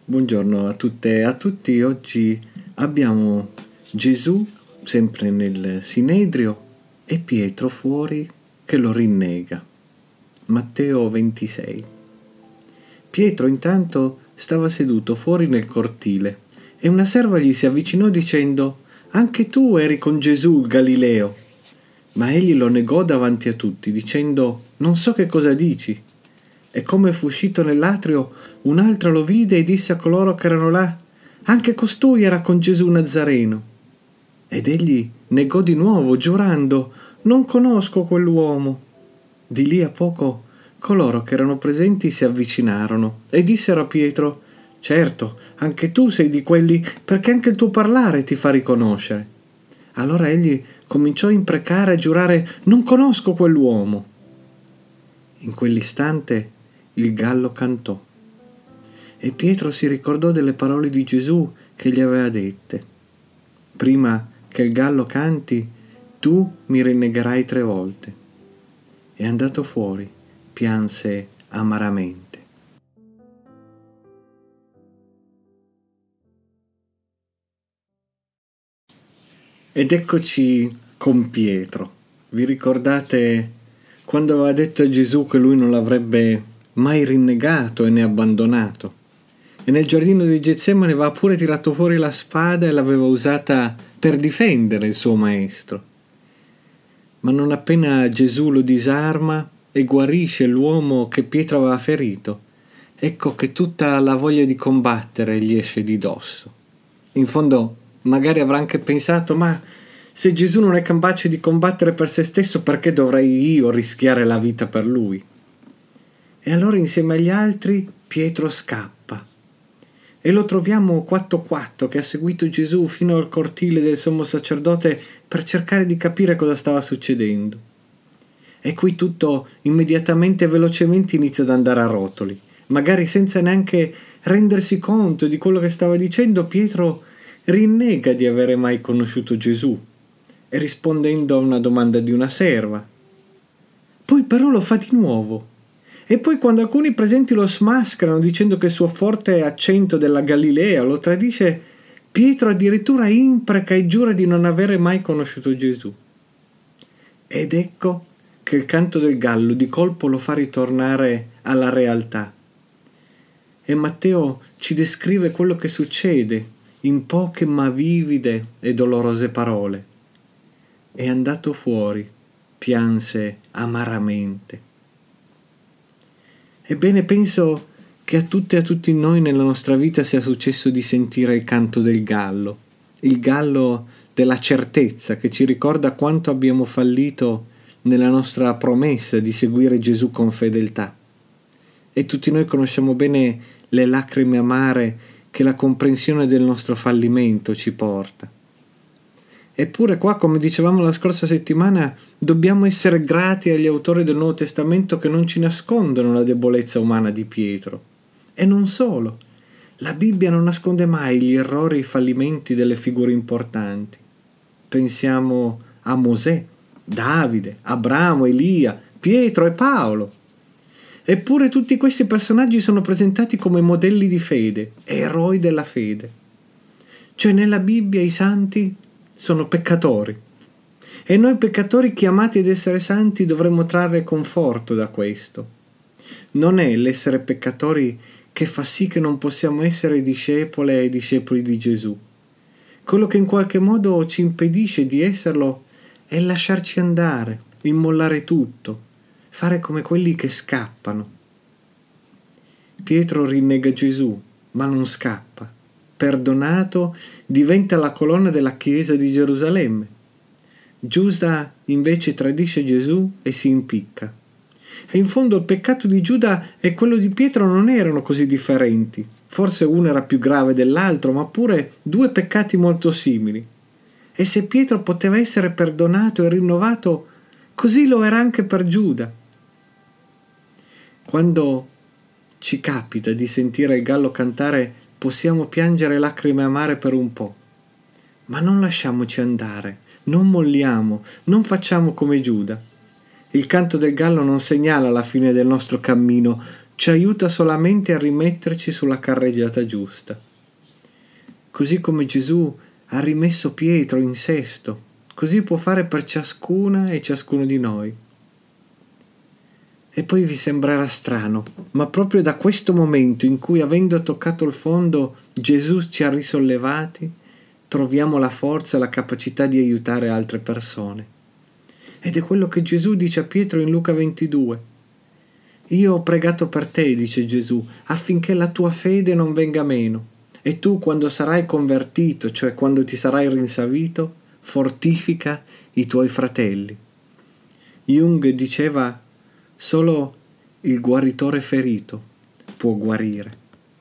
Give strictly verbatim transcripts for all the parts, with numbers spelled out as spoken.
Buongiorno a tutte e a tutti. Oggi abbiamo Gesù sempre nel Sinedrio e Pietro fuori che lo rinnega. Matteo ventisei. Pietro intanto stava seduto fuori nel cortile e una serva gli si avvicinò dicendo: «Anche tu eri con Gesù il Galileo». Ma egli lo negò davanti a tutti dicendo: «Non so che cosa dici». E come fu uscito nell'atrio, un altro lo vide e disse a coloro che erano là: «Anche costui era con Gesù Nazareno». Ed egli negò di nuovo, giurando: «Non conosco quell'uomo». Di lì a poco coloro che erano presenti si avvicinarono e dissero a Pietro: «Certo, anche tu sei di quelli, perché anche il tuo parlare ti fa riconoscere». Allora egli cominciò a imprecare e a giurare: «Non conosco quell'uomo». In quell'istante il gallo cantò e Pietro si ricordò delle parole di Gesù che gli aveva dette: «Prima che il gallo canti, tu mi rinnegherai tre volte». E andato fuori pianse amaramente. Ed eccoci con Pietro. Vi ricordate quando aveva detto a Gesù che lui non l'avrebbe mai rinnegato e né abbandonato? E nel giardino di Getsemane aveva pure tirato fuori la spada e l'aveva usata per difendere il suo maestro. Ma non appena Gesù lo disarma e guarisce l'uomo che Pietro aveva ferito, ecco che tutta la voglia di combattere gli esce di dosso. In fondo magari avrà anche pensato: ma se Gesù non è capace di combattere per se stesso, perché dovrei io rischiare la vita per lui? E allora insieme agli altri Pietro scappa e lo troviamo quatto quatto che ha seguito Gesù fino al cortile del sommo sacerdote per cercare di capire cosa stava succedendo. E qui tutto immediatamente e velocemente inizia ad andare a rotoli. Magari senza neanche rendersi conto di quello che stava dicendo, Pietro rinnega di avere mai conosciuto Gesù, e rispondendo a una domanda di una serva. Poi però lo fa di nuovo. E poi quando alcuni presenti lo smascherano dicendo che il suo forte accento della Galilea lo tradisce, Pietro addirittura impreca e giura di non avere mai conosciuto Gesù. Ed ecco che il canto del gallo di colpo lo fa ritornare alla realtà. E Matteo ci descrive quello che succede in poche ma vivide e dolorose parole. E andato fuori pianse amaramente. Ebbene, penso che a tutte e a tutti noi nella nostra vita sia successo di sentire il canto del gallo, il gallo della certezza che ci ricorda quanto abbiamo fallito nella nostra promessa di seguire Gesù con fedeltà. E tutti noi conosciamo bene le lacrime amare che la comprensione del nostro fallimento ci porta. Eppure qua, come dicevamo la scorsa settimana, dobbiamo essere grati agli autori del Nuovo Testamento che non ci nascondono la debolezza umana di Pietro. E non solo, la Bibbia non nasconde mai gli errori e i fallimenti delle figure importanti. Pensiamo a Mosè, Davide, Abramo, Elia, Pietro e Paolo. Eppure tutti questi personaggi sono presentati come modelli di fede, eroi della fede. Cioè nella Bibbia i santi sono peccatori e noi peccatori chiamati ad essere santi dovremmo trarre conforto da questo. Non è l'essere peccatori che fa sì che non possiamo essere discepole e discepoli di Gesù. Quello che in qualche modo ci impedisce di esserlo è lasciarci andare, immollare tutto, fare come quelli che scappano. Pietro rinnega Gesù, ma non scappa. Perdonato, diventa la colonna della chiesa di Gerusalemme. Giuda invece tradisce Gesù e si impicca. E in fondo il peccato di Giuda e quello di Pietro non erano così differenti. Forse uno era più grave dell'altro, ma pure due peccati molto simili. E se Pietro poteva essere perdonato e rinnovato, così lo era anche per Giuda. Quando ci capita di sentire il gallo cantare, possiamo piangere lacrime amare per un po', ma non lasciamoci andare, non molliamo, non facciamo come Giuda. Il canto del gallo non segnala la fine del nostro cammino, ci aiuta solamente a rimetterci sulla carreggiata giusta. Così come Gesù ha rimesso Pietro in sesto, così può fare per ciascuna e ciascuno di noi. E poi vi sembrerà strano, ma proprio da questo momento in cui, avendo toccato il fondo, Gesù ci ha risollevati, troviamo la forza e la capacità di aiutare altre persone. Ed è quello che Gesù dice a Pietro in Luca ventidue. Io ho pregato per te, dice Gesù, affinché la tua fede non venga meno, e tu, quando sarai convertito, cioè quando ti sarai rinsavito, fortifica i tuoi fratelli. Jung diceva: solo il guaritore ferito può guarire.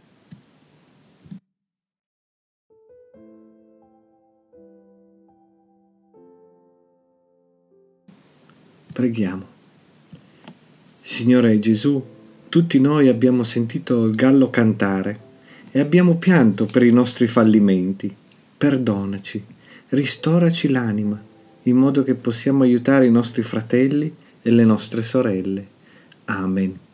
Preghiamo. Signore Gesù, tutti noi abbiamo sentito il gallo cantare e abbiamo pianto per i nostri fallimenti. Perdonaci, ristoraci l'anima, in modo che possiamo aiutare i nostri fratelli e le nostre sorelle. Amen.